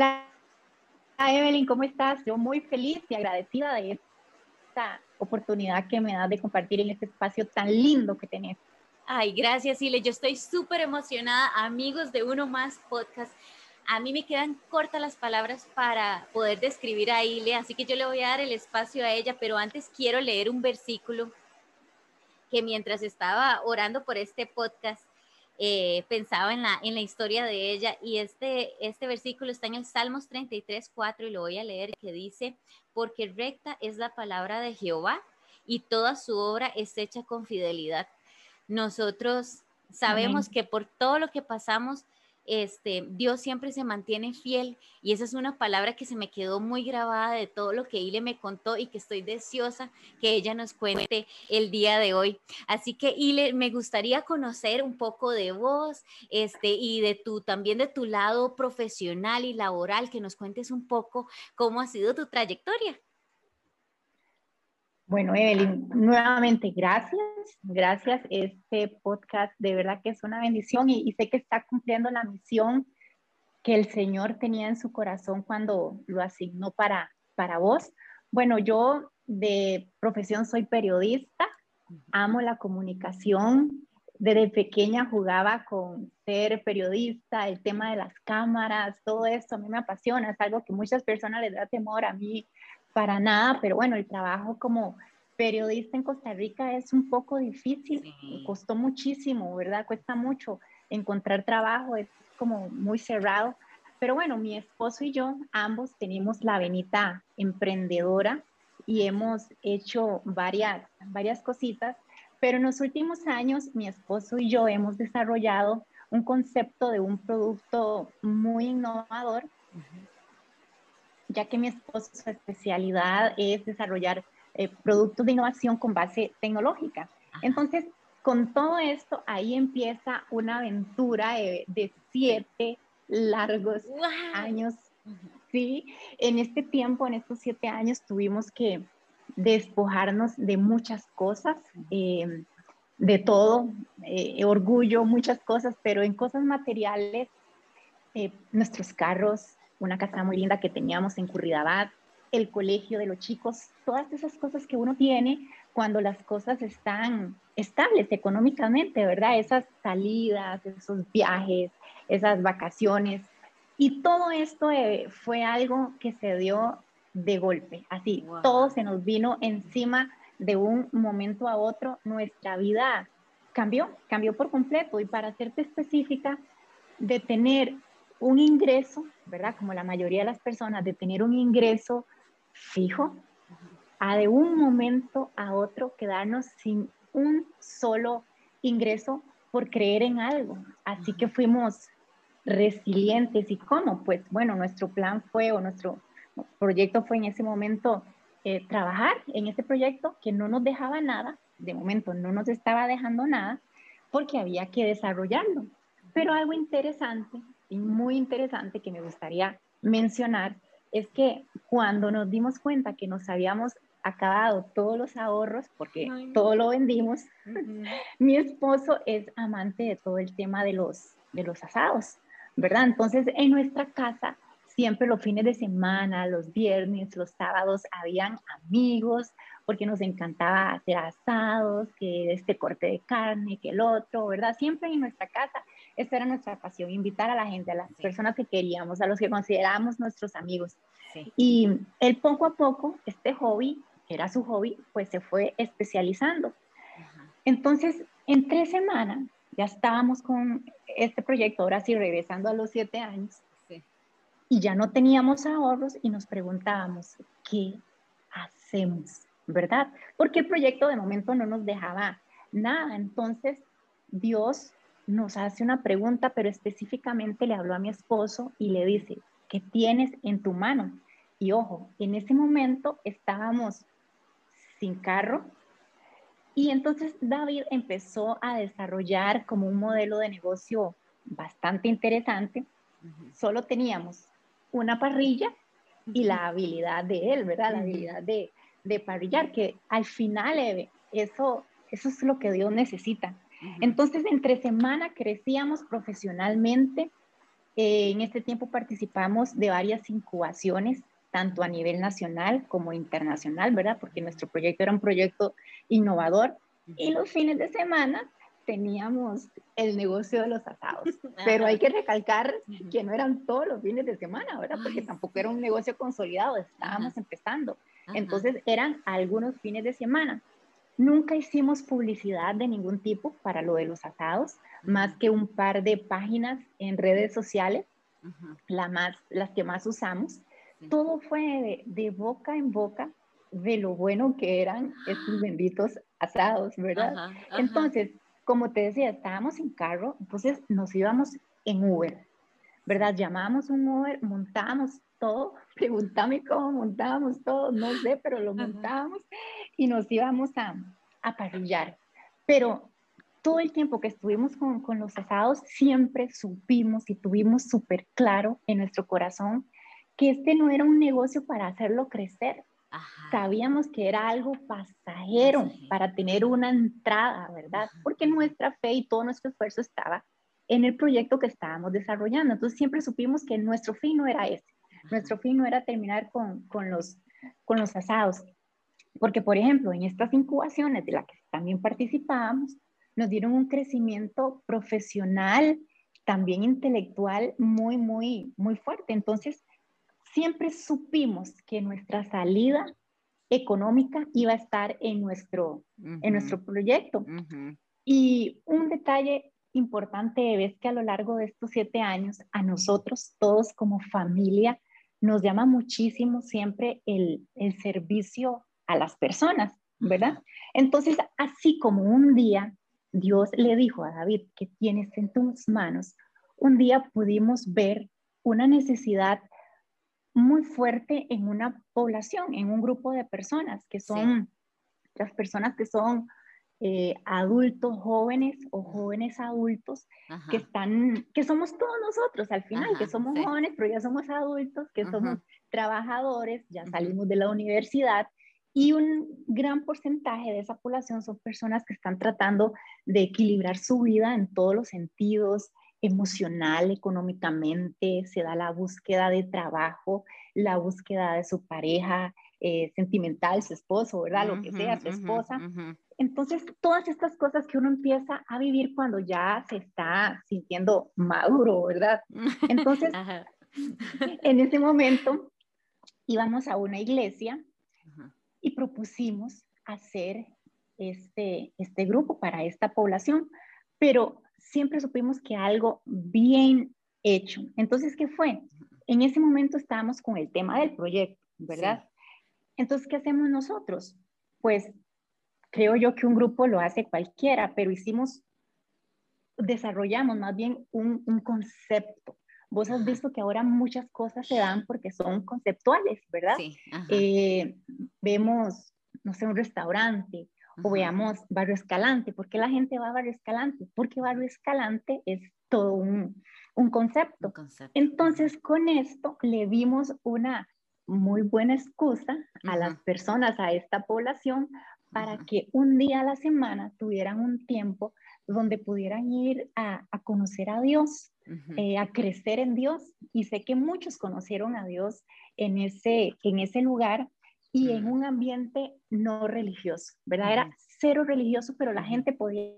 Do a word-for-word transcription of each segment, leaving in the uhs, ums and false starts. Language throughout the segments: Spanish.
Hola Evelyn, ¿cómo estás? Yo muy feliz y agradecida de esta oportunidad que me das de compartir en este espacio tan lindo que tenés. Ay, gracias, Ile. Yo estoy súper emocionada. Amigos de Uno Más Podcast, a mí me quedan cortas las palabras para poder describir a Ile, así que yo le voy a dar el espacio a ella, pero antes quiero leer un versículo que mientras estaba orando por este podcast, eh, pensaba en la, en la historia de ella, y este, este versículo está en el Salmos treinta y tres, cuatro, y lo voy a leer, que dice: porque recta es la palabra de Jehová, y toda su obra es hecha con fidelidad. Nosotros sabemos Amén. que por todo lo que pasamos, este, Dios siempre se mantiene fiel, y esa es una palabra que se me quedó muy grabada de todo lo que Ile me contó y que estoy deseosa que ella nos cuente el día de hoy. Así que, Ile, me gustaría conocer un poco de vos, este, y de tu, también de tu lado profesional y laboral, que nos cuentes un poco cómo ha sido tu trayectoria. Bueno, Evelyn, nuevamente gracias, gracias. Este podcast de verdad que es una bendición y, y sé que está cumpliendo la misión que el Señor tenía en su corazón cuando lo asignó para, para vos. Bueno, yo de profesión soy periodista, amo la comunicación. Desde pequeña jugaba con ser periodista, el tema de las cámaras, todo esto a mí me apasiona, es algo que muchas personas les da temor, a mí para nada, pero bueno, el trabajo como periodista en Costa Rica es un poco difícil, Sí. costó muchísimo, ¿verdad? Cuesta mucho encontrar trabajo, es como muy cerrado, pero bueno, mi esposo y yo ambos tenemos la venita emprendedora y hemos hecho varias, varias cositas, pero en los últimos años mi esposo y yo hemos desarrollado un concepto de un producto muy innovador, ya que mi esposo su especialidad es desarrollar eh, productos de innovación con base tecnológica. Ajá. Entonces, con todo esto, ahí empieza una aventura de, de siete largos ¡Wow! años. Sí, en este tiempo, en estos siete años, tuvimos que despojarnos de muchas cosas, eh, de todo, eh, orgullo, muchas cosas, pero en cosas materiales, eh, nuestros carros, una casa muy linda que teníamos en Curridabat, el colegio de los chicos, todas esas cosas que uno tiene cuando las cosas están estables económicamente, ¿verdad? Esas salidas, esos viajes, esas vacaciones. Y todo esto eh, fue algo que se dio de golpe, así, todo Wow. se nos vino encima de un momento a otro, nuestra vida cambió, cambió por completo. Y para serte específica, de tener un ingreso, ¿verdad? Como la mayoría de las personas, de tener un ingreso fijo, a de un momento a otro quedarnos sin un solo ingreso por creer en algo. Así que fuimos resilientes. ¿Y cómo? Pues bueno, nuestro plan fue, o nuestro proyecto fue en ese momento, eh, trabajar en ese proyecto que no nos dejaba nada, de momento no nos estaba dejando nada, porque había que desarrollarlo. Pero algo interesante y muy interesante que me gustaría mencionar es que cuando nos dimos cuenta que nos habíamos acabado todos los ahorros, porque Ay, no. todo lo vendimos, Ujú. mi esposo es amante de todo el tema de los, de los asados, ¿verdad? Entonces, en nuestra casa, siempre los fines de semana, los viernes, los sábados, habían amigos, porque nos encantaba hacer asados, que este corte de carne, que el otro, ¿verdad? Siempre en nuestra casa, esa era nuestra pasión, invitar a la gente, a las Sí, personas que queríamos, a los que considerábamos nuestros amigos. sí. Y él poco a poco, este hobby, que era su hobby, pues se fue especializando. Ajá. Entonces, en tres semanas ya estábamos con este proyecto, ahora sí, regresando a los siete años, Sí. y ya no teníamos ahorros y nos preguntábamos, ¿qué hacemos? ¿Verdad? Porque el proyecto de momento no nos dejaba nada. Entonces, Dios nos hace una pregunta, pero específicamente le habló a mi esposo y le dice, ¿qué tienes en tu mano? Y ojo, en ese momento estábamos sin carro, y entonces David empezó a desarrollar como un modelo de negocio bastante interesante. Solo teníamos una parrilla y la habilidad de él, ¿verdad? La habilidad de, de parrillar, que al final eh, eso, eso es lo que Dios necesita. Entonces, entre semana crecíamos profesionalmente, Eh, en este tiempo participamos de varias incubaciones, tanto a nivel nacional como internacional, ¿verdad? Porque nuestro proyecto era un proyecto innovador. Y los fines de semana teníamos el negocio de los asados. Pero hay que recalcar que no eran todos los fines de semana, ¿verdad? Porque Ay, tampoco sí. era un negocio consolidado, estábamos Ajá, empezando. ajá. Entonces eran algunos fines de semana. Nunca hicimos publicidad de ningún tipo para lo de los asados, más que un par de páginas en redes sociales, Ajá, la más, las que más usamos. sí. Todo fue de, de boca en boca de lo bueno que eran estos benditos asados, ¿verdad? Ajá, ajá. Entonces, como te decía, estábamos en carro, entonces nos íbamos en Uber, Sí. ¿verdad? Llamábamos un Uber, montábamos todo, pregúntame cómo montábamos todo, no sé, pero lo Ajá. montábamos y nos íbamos a, a parrillar. Pero todo el tiempo que estuvimos con, con los asados, siempre supimos y tuvimos súper claro en nuestro corazón que este no era un negocio para hacerlo crecer. Ajá. Sabíamos que era algo pasajero Pasajero. para tener una entrada, ¿verdad? Ajá, Porque ajá. nuestra fe y todo nuestro esfuerzo estaba en el proyecto que estábamos desarrollando. Entonces siempre supimos que nuestro fin no era ese. Ajá. Nuestro fin no era terminar con, con, los, con los asados. Porque, por ejemplo, en estas incubaciones de las que también participábamos, nos dieron un crecimiento profesional, también intelectual muy, muy, muy fuerte. Entonces, siempre supimos que nuestra salida económica iba a estar en nuestro, en Ujú, nuestro proyecto. ujú. Y un detalle importante es que a lo largo de estos siete años, a nosotros todos como familia, nos llama muchísimo siempre el, el servicio a las personas, ¿verdad? Ajá. Entonces, así como un día Dios le dijo a David que tienes en tus manos, un día pudimos ver una necesidad muy fuerte en una población, en un grupo de personas que Sí. son las personas que son eh, adultos jóvenes o Ajá. jóvenes adultos que Ajá. están, que somos todos nosotros al final, que Ajá. somos Sí. jóvenes, pero ya somos adultos, que somos Ujú, trabajadores, ya ujú. salimos de la universidad y un gran porcentaje de esa población son personas que están tratando de equilibrar su vida en todos los sentidos, emocional, económicamente, se da la búsqueda de trabajo, la búsqueda de su pareja, eh, sentimental, su esposo, ¿verdad? Lo que Ujú, sea, su ujú, esposa. ujú. Entonces, todas estas cosas que uno empieza a vivir cuando ya se está sintiendo maduro, ¿verdad? Entonces, Ajá. en ese momento íbamos a una iglesia Ajá. y propusimos hacer este, este grupo para esta población, pero siempre supimos que algo bien hecho. Entonces, ¿qué fue? En ese momento estábamos con el tema del proyecto, Sí. ¿verdad? Entonces, ¿qué hacemos nosotros? Pues creo yo que un grupo lo hace cualquiera, pero hicimos, desarrollamos más bien un, un concepto. Vos has Ajá. visto que ahora muchas cosas se dan porque son conceptuales, ¿verdad? Sí. Ajá. Eh, vemos, no sé, un restaurante o Ajá. veamos Barrio Escalante. ¿Por qué la gente va a Barrio Escalante? Porque Barrio Escalante es todo un, un Un concepto. concepto. Ajá. Entonces, con esto le vimos una muy buena excusa a las Ajá. personas, a esta población, para Ajá. que un día a la semana tuvieran un tiempo donde pudieran ir a, a conocer a Dios, Ujú, eh, a crecer en Dios. Y sé que muchos conocieron a Dios en ese, en ese lugar y en mm, un ambiente no religioso, ¿verdad? Era ujú, cero religioso, pero la ujú. gente podía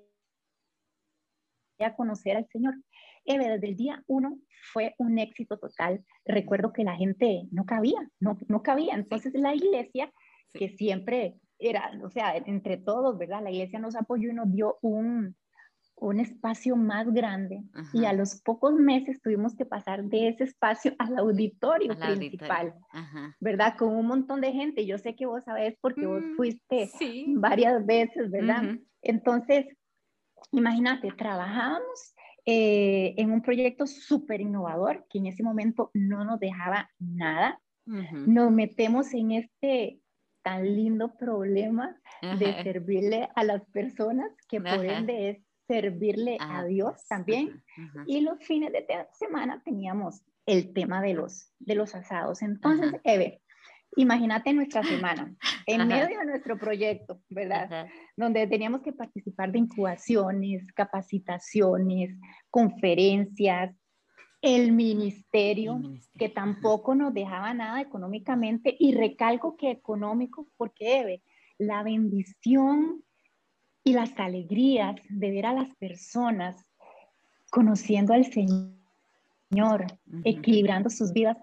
conocer al Señor. Eve, desde el día uno fue un éxito total. Recuerdo que la gente no cabía, no, no cabía. Sí. Entonces la iglesia, Sí. que siempre era, o sea, entre todos, ¿verdad? La iglesia nos apoyó y nos dio un, un espacio más grande y a Ajá. los pocos meses tuvimos que pasar de ese espacio al auditorio Al auditorio. principal, Ajá. ¿verdad? Con un montón de gente. Yo sé que vos sabés porque vos Mm, fuiste sí. varias veces, ¿verdad? Ujú, Entonces, imagínate, trabajábamos eh, en un proyecto súper innovador que en ese momento no nos dejaba nada. ujú. Nos metemos en este tan lindo problema de Ajá. servirle a las personas, que por Ajá. ende es servirle a Ah, Dios Dios. también. Ajá. Ajá. Y los fines de semana teníamos el tema de los, de los asados. Entonces, Ajá. Eve, imagínate nuestra semana, en Ajá. medio de nuestro proyecto, ¿verdad? Ajá. Donde teníamos que participar de incubaciones, capacitaciones, conferencias, el ministerio, El ministerio. que tampoco nos dejaba nada económicamente, y recalco que económico porque debe la bendición y las alegrías de ver a las personas conociendo al Señor, uh-huh. equilibrando sus vidas,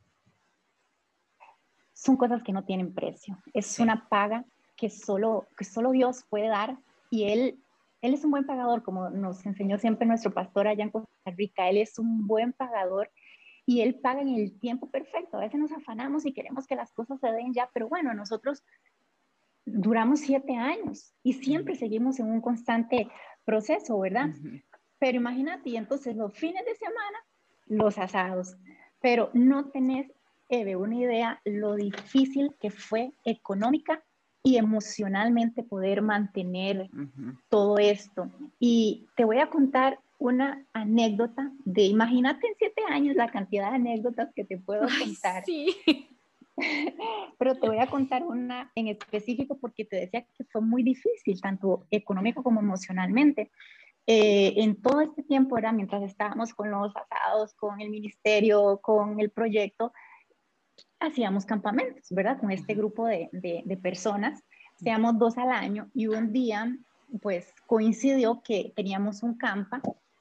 son cosas que no tienen precio. Es sí. una paga que solo, que solo Dios puede dar, y Él, Él es un buen pagador, como nos enseñó siempre nuestro pastor allá en Costa Rica. Él es un buen pagador y Él paga en el tiempo perfecto. A veces nos afanamos y queremos que las cosas se den ya, pero bueno, nosotros duramos siete años y siempre uh-huh. seguimos en un constante proceso, ¿verdad? Uh-huh. Pero imagínate, y entonces los fines de semana, los asados, pero no tenés, Eve, una idea lo difícil que fue económica y emocionalmente poder mantener uh-huh. todo esto. Y te voy a contar una anécdota de, imagínate en siete años la cantidad de anécdotas que te puedo Ay, contar. Sí. Pero te voy a contar una en específico porque te decía que fue muy difícil, tanto económico como emocionalmente. Eh, en todo este tiempo, era mientras estábamos con los asados, con el ministerio, con el proyecto, hacíamos campamentos, ¿verdad? Con este grupo de, de, de personas, hacíamos dos al año, y un día, pues, coincidió que teníamos un campa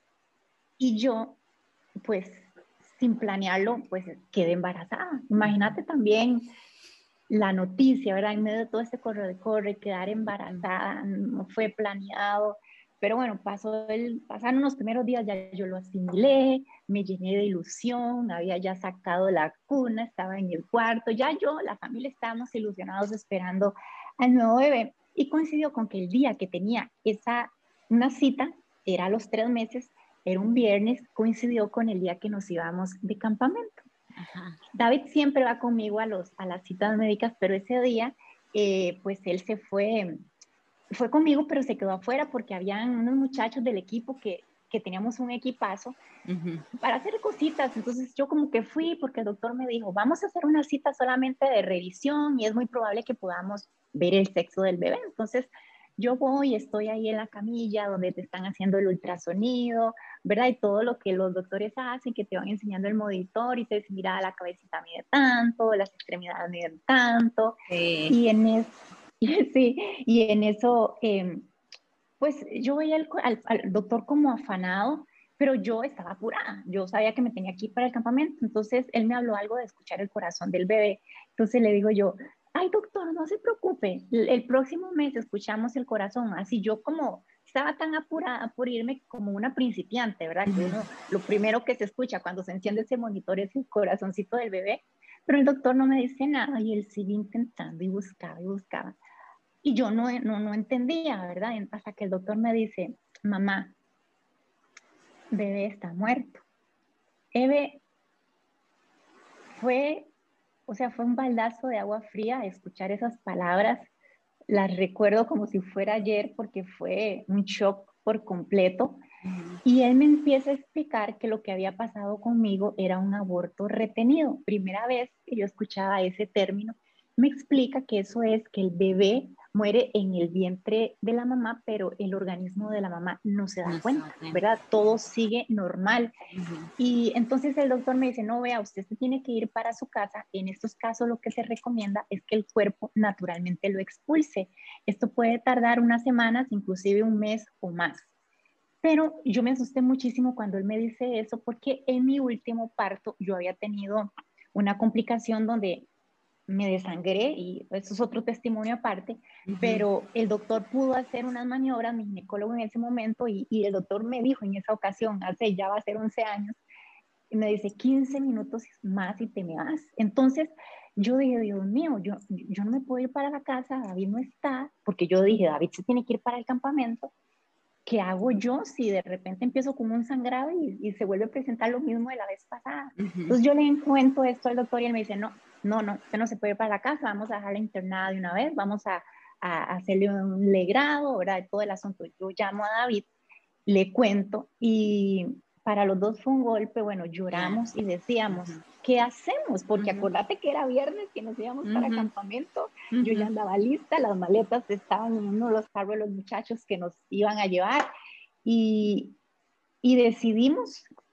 y yo, pues, sin planearlo, pues, quedé embarazada. Imagínate también la noticia, ¿verdad? En medio de todo este corre de corre, quedar embarazada, no fue planeado. Pero bueno, pasó el, pasaron los primeros días, ya yo lo asimilé, me llené de ilusión, había ya sacado la cuna, estaba en el cuarto, ya yo, la familia, estábamos ilusionados esperando al nuevo bebé. Y coincidió con que el día que tenía esa, una cita, era a los tres meses, era un viernes, coincidió con el día que nos íbamos de campamento. Ajá. David siempre va conmigo a, los, a las citas médicas, pero ese día, eh, pues él se fue... fue conmigo, pero se quedó afuera porque habían unos muchachos del equipo que, que teníamos un equipazo uh-huh. para hacer cositas. Entonces yo como que fui porque el doctor me dijo, vamos a hacer una cita solamente de revisión y es muy probable que podamos ver el sexo del bebé. Entonces yo voy, estoy ahí en la camilla donde te están haciendo el ultrasonido, ¿verdad? Y todo lo que los doctores hacen, que te van enseñando el monitor y te dicen, mira, la cabecita mide tanto, las extremidades miden tanto. Sí. Y en eso... Sí, y en eso, eh, pues yo veía al, al, al doctor como afanado, pero yo estaba apurada, yo sabía que me tenía que ir para el campamento. Entonces él me habló algo de escuchar el corazón del bebé. Entonces le digo yo, ay doctor, no se preocupe, el, el próximo mes escuchamos el corazón. Así yo como estaba tan apurada por irme como una principiante, ¿verdad? Que uno, lo primero que se escucha cuando se enciende ese monitor es el corazoncito del bebé, pero el doctor no me dice nada y él sigue intentando y buscaba y buscaba. Y yo no, no, no entendía, ¿verdad? Hasta que el doctor me dice, mamá, bebé está muerto. Eve, fue, o sea, fue un baldazo de agua fría escuchar esas palabras. Las recuerdo como si fuera ayer porque fue un shock por completo. Uh-huh. Y él me empieza a explicar que lo que había pasado conmigo era un aborto retenido. Primera vez que yo escuchaba ese término. Me explica que eso es que el bebé muere en el vientre de la mamá, pero el organismo de la mamá no se da no cuenta, ¿verdad? Todo sigue normal. Uh-huh. Y entonces el doctor me dice, no, vea, usted se tiene que ir para su casa. En estos casos lo que se recomienda es que el cuerpo naturalmente lo expulse. Esto puede tardar unas semanas, inclusive un mes o más. Pero yo me asusté muchísimo cuando él me dice eso, porque en mi último parto yo había tenido una complicación donde me desangré, y eso es otro testimonio aparte, uh-huh. Pero el doctor pudo hacer unas maniobras, mi ginecólogo en ese momento, y, y el doctor me dijo en esa ocasión, hace ya va a ser once años, y me dice, quince minutos más y te me vas. Entonces yo dije, Dios mío, yo, yo no me puedo ir para la casa, David no está, porque yo dije, David se tiene que ir para el campamento. ¿Qué hago yo si de repente empiezo con un sangrado y, y se vuelve a presentar lo mismo de la vez pasada? Uh-huh. Entonces yo le cuento esto al doctor y él me dice, no, no, no, usted no se puede ir para la casa, vamos a dejarla internada de una vez, vamos a, a hacerle un legrado, ¿verdad? Todo el asunto. Yo llamo a David, le cuento, y para los dos fue un golpe. Bueno, lloramos y decíamos, uh-huh. ¿qué hacemos? Porque uh-huh. acordate que era viernes que nos íbamos uh-huh. para campamento, uh-huh. yo ya andaba lista, las maletas estaban en uno de los carros de los muchachos que nos iban a llevar, y, y decidimos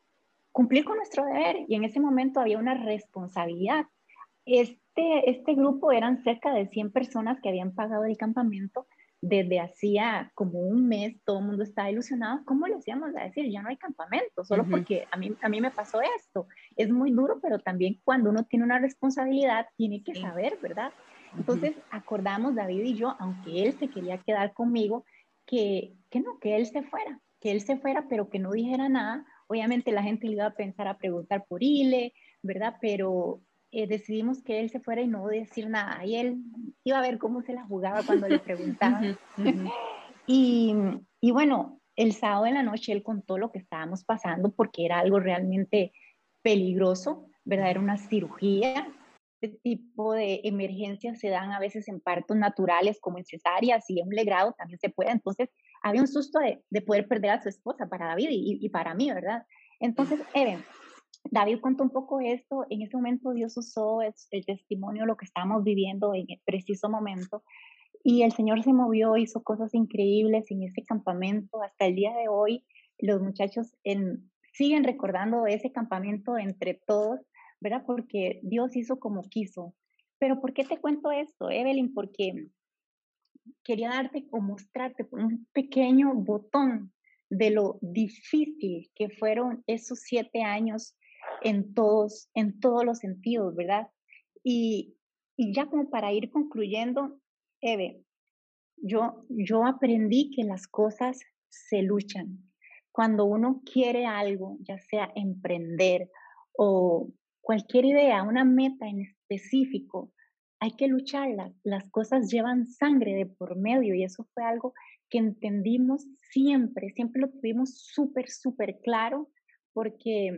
cumplir con nuestro deber y en ese momento había una responsabilidad. Este, este grupo eran cerca de cien personas que habían pagado el campamento desde hacía como un mes, todo el mundo estaba ilusionado. ¿Cómo le hacíamos a decir? Ya no hay campamento, solo Ujú. porque a mí, a mí me pasó esto. Es muy duro, pero también cuando uno tiene una responsabilidad, tiene que Sí. saber, ¿verdad? Ujú. Entonces acordamos, David y yo, aunque él se quería quedar conmigo, que, que no, que él se fuera, que él se fuera, pero que no dijera nada. Obviamente la gente le iba a pensar a preguntar por Ile, ¿verdad? Pero eh, decidimos que él se fuera y no decir nada. Y él iba a ver cómo se la jugaba cuando le preguntaban. Ujú, ujú. Y, y bueno, el sábado en la noche él contó lo que estábamos pasando porque era algo realmente peligroso, ¿verdad? Era una cirugía. Este tipo de emergencias se dan a veces en partos naturales como en cesáreas y en un legrado también se puede. Entonces, había un susto de, de poder perder a su esposa para David y, y para mí, ¿verdad? Entonces, Eben, David contó un poco esto. En ese momento Dios usó el, el testimonio, lo que estábamos viviendo en el preciso momento. Y el Señor se movió, hizo cosas increíbles en ese campamento. Hasta el día de hoy, los muchachos en, siguen recordando ese campamento entre todos, ¿verdad? Porque Dios hizo como quiso. Pero ¿por qué te cuento esto, Evelyn? Porque quería darte o mostrarte un pequeño botón de lo difícil que fueron esos siete años en todos, en todos los sentidos, ¿verdad? Y, y ya como para ir concluyendo, Eve, yo, yo aprendí que las cosas se luchan. Cuando uno quiere algo, ya sea emprender o cualquier idea, una meta en específico, hay que lucharla. Las cosas llevan sangre de por medio y eso fue algo que entendimos siempre, siempre lo tuvimos súper, súper claro porque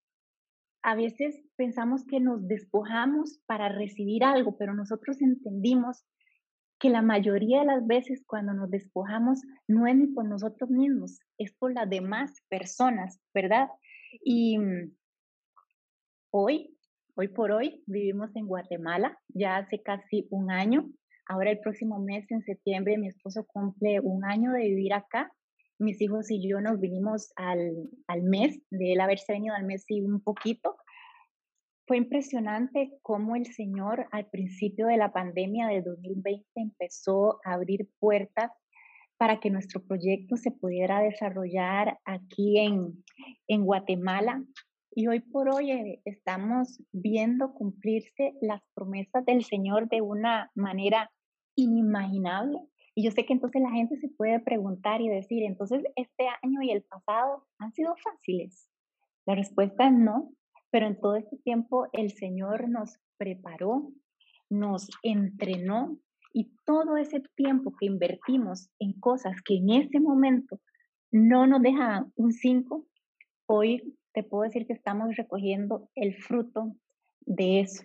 a veces pensamos que nos despojamos para recibir algo, pero nosotros entendimos que la mayoría de las veces cuando nos despojamos no es ni por nosotros mismos, es por las demás personas, ¿verdad? Y mm, hoy, hoy por hoy, vivimos en Guatemala ya hace casi un año. Ahora el próximo mes, en septiembre, mi esposo cumple un año de vivir acá. Mis hijos y yo nos vinimos al, al mes, de él haberse venido al mes y un poquito. Fue impresionante cómo el Señor al principio de la pandemia del dos mil veinte empezó a abrir puertas para que nuestro proyecto se pudiera desarrollar aquí en, en Guatemala. Y hoy por hoy eh, estamos viendo cumplirse las promesas del Señor de una manera inimaginable. Y yo sé que entonces la gente se puede preguntar y decir, entonces este año y el pasado han sido fáciles. La respuesta es no, pero en todo este tiempo el Señor nos preparó, nos entrenó y todo ese tiempo que invertimos en cosas que en ese momento no nos dejaban un cinco, hoy te puedo decir que estamos recogiendo el fruto de eso.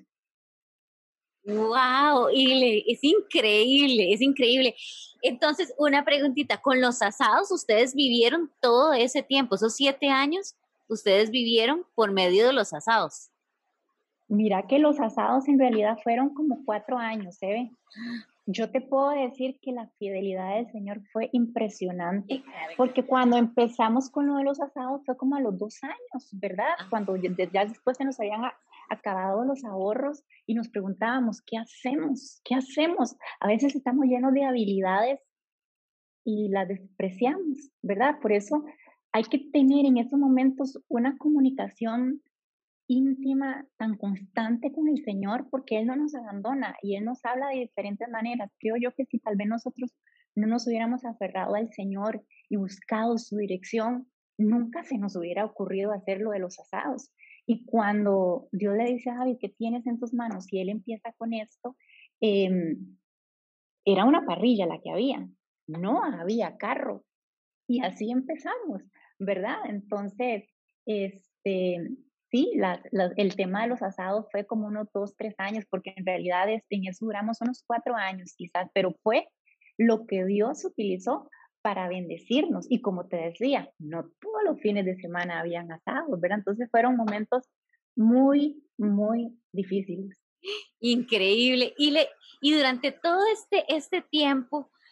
Wow, Ile, es increíble, es increíble. Entonces, una preguntita, con los asados, ¿ustedes vivieron todo ese tiempo, esos siete años, ustedes vivieron por medio de los asados? Mira que los asados en realidad fueron como cuatro años, ¿se ve? Yo te puedo decir que la fidelidad del Señor fue impresionante, porque cuando empezamos con lo de los asados fue como a los dos años, ¿verdad? Cuando ya, ya después se nos habían a- acabado los ahorros y nos preguntábamos, ¿qué hacemos? ¿Qué hacemos? A veces estamos llenos de habilidades y las despreciamos, ¿verdad? Por eso hay que tener en esos momentos una comunicación íntima, tan constante con el Señor, porque Él no nos abandona y Él nos habla de diferentes maneras. Creo yo que si tal vez nosotros no nos hubiéramos aferrado al Señor y buscado su dirección, nunca se nos hubiera ocurrido hacer lo de los asados. Y cuando Dios le dice a Javi, ¿qué tienes en tus manos? Y Él empieza con esto, eh, era una parrilla la que había, no había carro. Y así empezamos, ¿verdad? Entonces, este, sí, las- las- el tema de los asados fue como unos dos, tres años, porque en realidad este, en eso duramos unos cuatro años quizás, pero fue lo que Dios utilizó para bendecirnos. Y como te decía, no todos los fines de semana habían asados, ¿verdad? Entonces fueron momentos muy, muy difíciles. Increíble. Y, le, y durante todo este, este tiempo,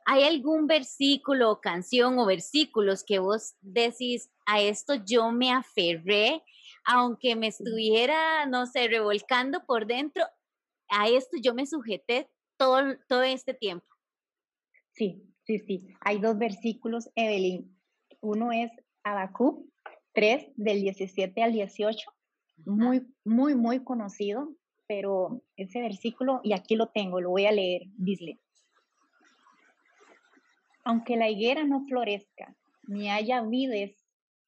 ¿Hay algún versículo o canción o versículos que vos decís, a esto yo me aferré, aunque me estuviera, no sé, revolcando por dentro, a esto yo me sujeté todo, todo este tiempo? Sí, sí, sí. Hay dos versículos, Evelyn. Uno es Habacuc tres, del diecisiete al dieciocho. Ajá. Muy, muy, muy conocido, pero ese versículo, y aquí lo tengo, lo voy a leer, dice: aunque la higuera no florezca, ni haya vides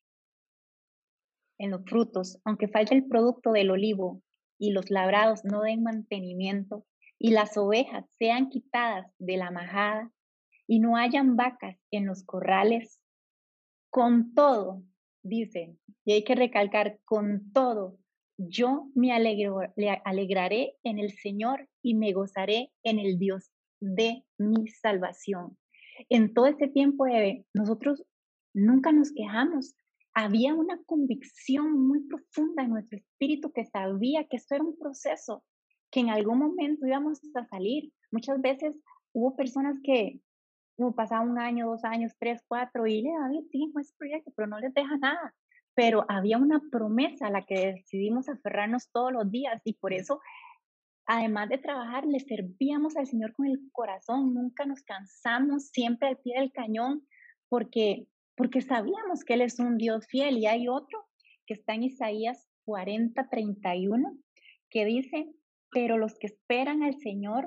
en los frutos, aunque falte el producto del olivo y los labrados no den mantenimiento, y las ovejas sean quitadas de la majada, y no hayan vacas en los corrales, con todo, dice, y hay que recalcar, con todo, yo me alegro, le alegraré en el Señor y me gozaré en el Dios de mi salvación. En todo este tiempo, Eve, nosotros nunca nos quejamos. Había una convicción muy profunda en nuestro espíritu que sabía que esto era un proceso, que en algún momento íbamos a salir. Muchas veces hubo personas que como pasaba un año, dos años, tres, cuatro, y le David sigue con ese proyecto, pero no les deja nada. Pero había una promesa a la que decidimos aferrarnos todos los días y por eso, además de trabajar, le servíamos al Señor con el corazón, nunca nos cansamos, siempre al pie del cañón, porque, porque sabíamos que Él es un Dios fiel. Y hay otro que está en Isaías cuarenta, treinta y uno, que dice, pero los que esperan al Señor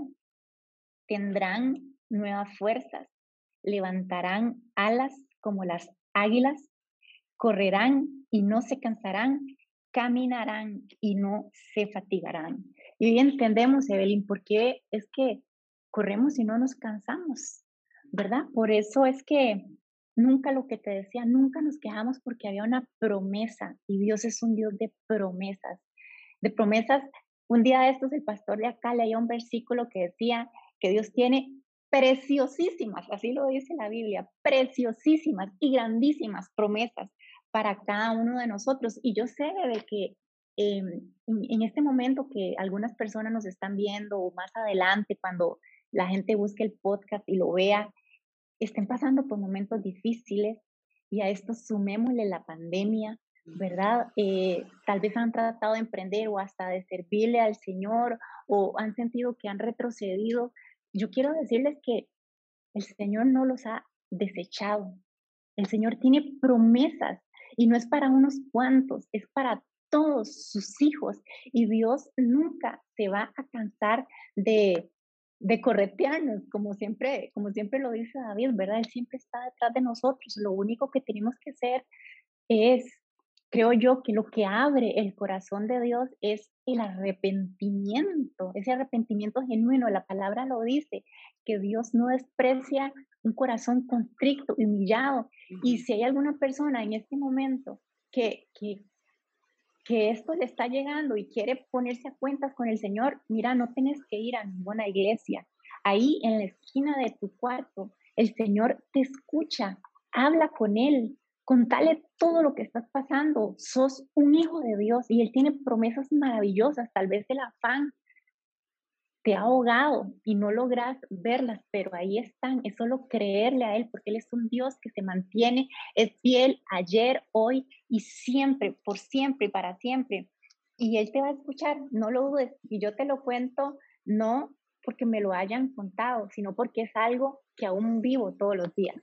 tendrán nuevas fuerzas, levantarán alas como las águilas, correrán y no se cansarán, caminarán y no se fatigarán. Y hoy entendemos, Evelyn, por qué es que corremos y no nos cansamos, ¿verdad? Por eso es que nunca, lo que te decía, nunca nos quejamos porque había una promesa y Dios es un Dios de promesas, de promesas. Un día de estos el pastor de acá leía un versículo que decía que Dios tiene preciosísimas, así lo dice la Biblia, preciosísimas y grandísimas promesas para cada uno de nosotros. Y yo sé de que eh, en, en este momento que algunas personas nos están viendo o más adelante cuando la gente busque el podcast y lo vea, estén pasando por momentos difíciles y a esto sumémosle la pandemia, ¿verdad? Eh, tal vez han tratado de emprender o hasta de servirle al Señor o han sentido que han retrocedido. Yo quiero decirles que el Señor no los ha desechado. El Señor tiene promesas y no es para unos cuantos, es para todos sus hijos. Y Dios nunca se va a cansar de, de corretearnos, como siempre, como siempre lo dice David, ¿verdad? Él siempre está detrás de nosotros. Lo único que tenemos que hacer es, creo yo, que lo que abre el corazón de Dios es el arrepentimiento, ese arrepentimiento genuino. La palabra lo dice, que Dios no desprecia un corazón constricto, humillado. Y si hay alguna persona en este momento que, que, que esto le está llegando y quiere ponerse a cuentas con el Señor, mira, no tienes que ir a ninguna iglesia. Ahí en la esquina de tu cuarto, el Señor te escucha, habla con Él, contale todo lo que estás pasando. Sos un hijo de Dios y Él tiene promesas maravillosas. Tal vez el afán te ha ahogado y no logras verlas, pero ahí están. Es solo creerle a Él, porque Él es un Dios que se mantiene, es fiel ayer, hoy y siempre, por siempre y para siempre. Y Él te va a escuchar, no lo dudes. Y yo te lo cuento, no porque me lo hayan contado, sino porque es algo que aún vivo todos los días.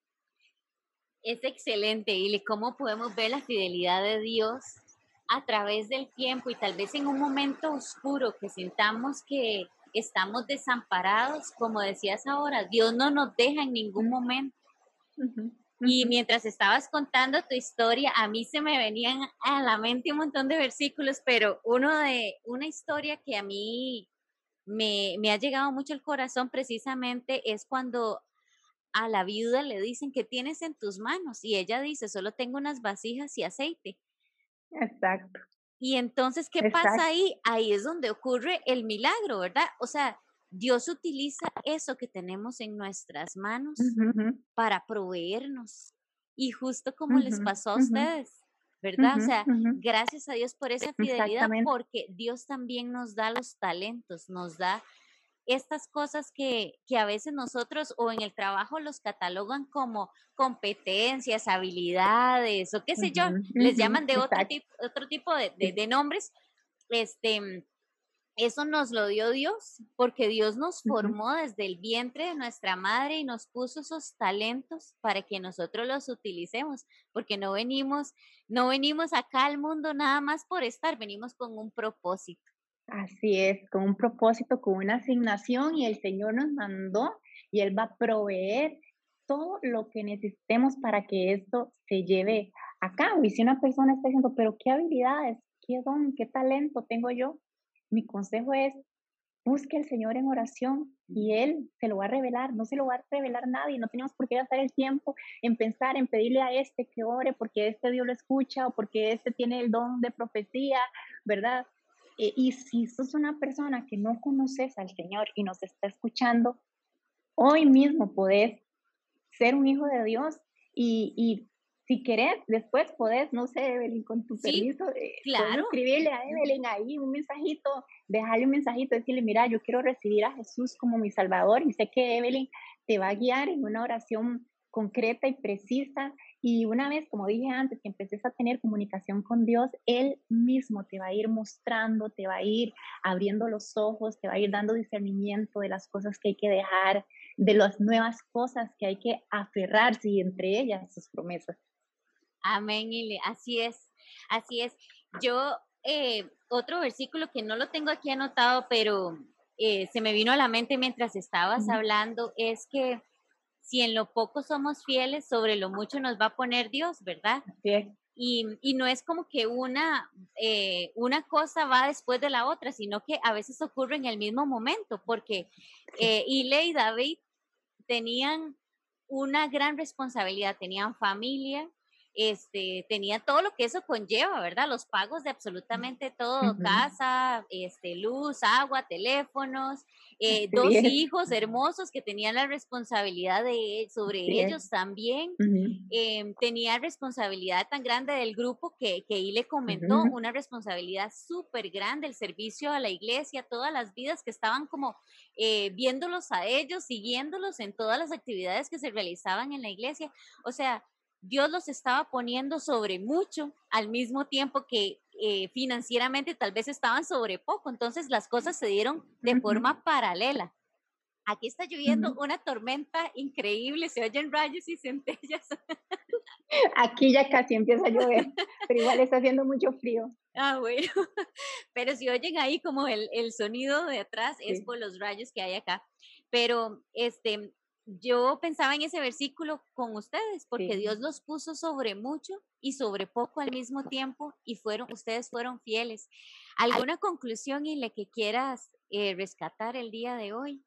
Es excelente, Ili. ¿Cómo podemos ver la fidelidad de Dios a través del tiempo y tal vez en un momento oscuro que sintamos que estamos desamparados? Como decías ahora, Dios no nos deja en ningún momento. Uh-huh, Y uh-huh. mientras estabas contando tu historia, a mí se me venían a la mente un montón de versículos, pero uno de una historia que a mí me, me ha llegado mucho al corazón precisamente es cuando a la viuda le dicen, ¿qué tienes en tus manos? Y ella dice, solo tengo unas vasijas y aceite. Exacto, Y entonces, ¿qué pasa exacto. ahí? Ahí es donde ocurre el milagro, ¿verdad? O sea, Dios utiliza eso que tenemos en nuestras manos Uh-huh, para proveernos. Y justo como les uh-huh, pasó a uh-huh, ustedes, ¿verdad? O uh-huh, sea, uh-huh. gracias a Dios por esa fidelidad, Exactamente. porque Dios también nos da los talentos, nos da estas cosas que, que a veces nosotros o en el trabajo los catalogan como competencias, habilidades o qué sé yo, Ujú, les ujú, llaman de otro exacto. tipo, otro tipo de, de, Sí. de nombres. Este, eso nos lo dio Dios, porque Dios nos Ujú. formó desde el vientre de nuestra madre y nos puso esos talentos para que nosotros los utilicemos, porque no venimos, no venimos acá al mundo nada más por estar, venimos con un propósito. Así es, con un propósito, con una asignación y el Señor nos mandó y Él va a proveer todo lo que necesitemos para que esto se lleve a cabo. Y si una persona está diciendo, pero ¿qué habilidades, qué don, qué talento tengo yo? Mi consejo es, busque al Señor en oración y Él se lo va a revelar, no se lo va a revelar nadie, no tenemos por qué gastar el tiempo en pensar, en pedirle a este que ore porque este Dios lo escucha o porque este tiene el don de profecía, ¿verdad? Eh, y si sos una persona que no conoces al Señor y nos está escuchando, hoy mismo podés ser un hijo de Dios y, y si querés, después podés, no sé, Evelyn, con tu Sí, permiso, eh, podés claro. escribirle a Evelyn ahí un mensajito, dejarle un mensajito, decirle, mira, yo quiero recibir a Jesús como mi Salvador y sé que Evelyn te va a guiar en una oración concreta y precisa. Y una vez, como dije antes, que empeces a tener comunicación con Dios, Él mismo te va a ir mostrando, te va a ir abriendo los ojos, te va a ir dando discernimiento de las cosas que hay que dejar, de las nuevas cosas que hay que aferrarse y entre ellas sus promesas. Amén, Ile, así es, así es. Yo, eh, otro versículo que no lo tengo aquí anotado, pero eh, se me vino a la mente mientras estabas Ujú. hablando, es que si en lo poco somos fieles, sobre lo mucho nos va a poner Dios, ¿verdad? Así es. Y, y no es como que una, eh, una cosa va después de la otra, sino que a veces ocurre en el mismo momento, porque Sí. eh, Ile y David tenían una gran responsabilidad, tenían familia, este, tenía todo lo que eso conlleva, ¿verdad? Los pagos de absolutamente todo, Ujú. casa, este, luz, agua, teléfonos, eh, Así dos es. hijos hermosos que tenían la responsabilidad de sobre Así es. ellos también. Ujú. Eh, tenía responsabilidad tan grande del grupo que, que ahí le comentó, Ujú. una responsabilidad súper grande, el servicio a la iglesia, todas las vidas que estaban como eh, viéndolos a ellos, siguiéndolos en todas las actividades que se realizaban en la iglesia. O sea, Dios los estaba poniendo sobre mucho al mismo tiempo que eh, financieramente tal vez estaban sobre poco. Entonces las cosas se dieron de Ujú. forma paralela. Aquí está lloviendo Ujú. una tormenta increíble, se oyen rayos y centellas. Aquí ya casi empieza a llover, pero igual está haciendo mucho frío. Ah, bueno, pero si oyen ahí como el, el sonido de atrás es Sí. por los rayos que hay acá. Pero este, yo pensaba en ese versículo con ustedes, porque Sí. Dios los puso sobre mucho y sobre poco al mismo tiempo y fueron, ustedes fueron fieles. ¿Alguna conclusión y la que quieras eh, rescatar el día de hoy?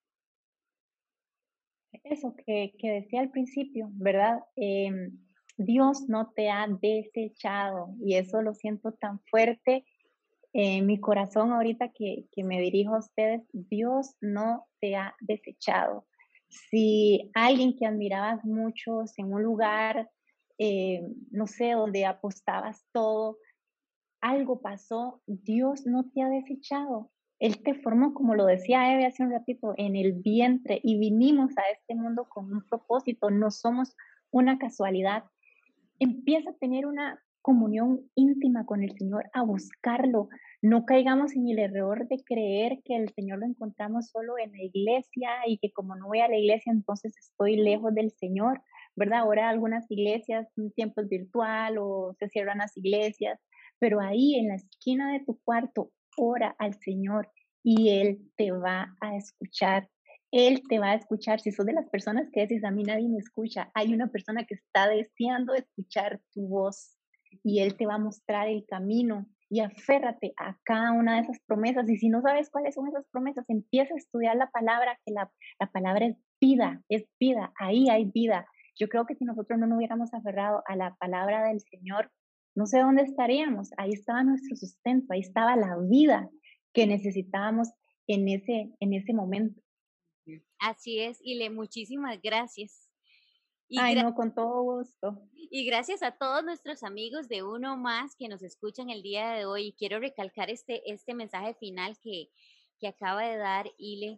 Eso que, que decía al principio, ¿verdad? Em, Dios no te ha desechado y eso lo siento tan fuerte en mi corazón ahorita que, que me dirijo a ustedes. Dios no te ha desechado. Si alguien que admirabas mucho en un lugar, eh, no sé, donde apostabas todo, algo pasó, Dios no te ha desechado. Él te formó, como lo decía Eve hace un ratito, en el vientre y vinimos a este mundo con un propósito, no somos una casualidad. Empieza a tener una comunión íntima con el Señor, a buscarlo. No caigamos en el error de creer que el Señor lo encontramos solo en la iglesia y que como no voy a la iglesia, entonces estoy lejos del Señor, ¿verdad? Ahora algunas iglesias, un tiempo es virtual o se cierran las iglesias, pero ahí en la esquina de tu cuarto, ora al Señor y Él te va a escuchar. Él te va a escuchar. Si sos de las personas que decís, a mí nadie me escucha, hay una persona que está deseando escuchar tu voz y Él te va a mostrar el camino y aférrate a cada una de esas promesas. Y si no sabes cuáles son esas promesas, empieza a estudiar la palabra, que la, la palabra es vida, es vida, ahí hay vida. Yo creo que si nosotros no nos hubiéramos aferrado a la palabra del Señor, no sé dónde estaríamos. Ahí estaba nuestro sustento, ahí estaba la vida que necesitábamos en ese, en ese momento. Así es, y le muchísimas gracias. Y, Ay, gra- no, con todo gusto. y gracias a todos nuestros amigos de Uno Más que nos escuchan el día de hoy. Y quiero recalcar este, este mensaje final que, que acaba de dar Ile.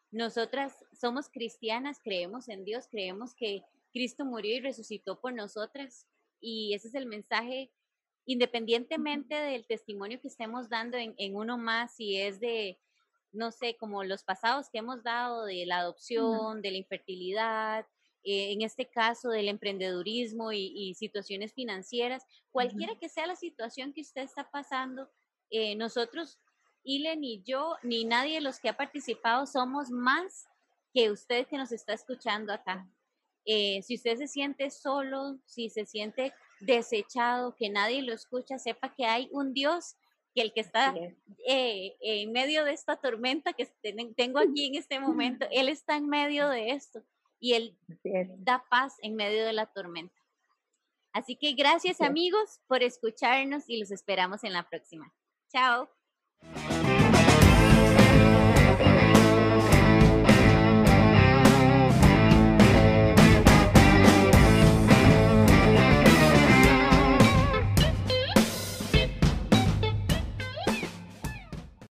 nosotras somos cristianas, creemos en Dios, creemos que Cristo murió y resucitó por nosotras, y ese es el mensaje, independientemente del testimonio que estemos dando en, en uno más, si es de, no sé, como los pasados que hemos dado de la adopción, de la infertilidad, eh, en este caso del emprendedurismo y, y situaciones financieras, cualquiera que sea la situación que usted está pasando, eh, nosotros, Ile, ni yo, ni nadie de los que ha participado somos más que usted que nos está escuchando acá. Eh, si usted se siente solo, si se siente desechado, que nadie lo escucha, sepa que hay un Dios que el que está eh, en medio de esta tormenta que tengo aquí en este momento, Él está en medio de esto y Él da paz en medio de la tormenta. Así que gracias, amigos, por escucharnos y los esperamos en la próxima. Chao.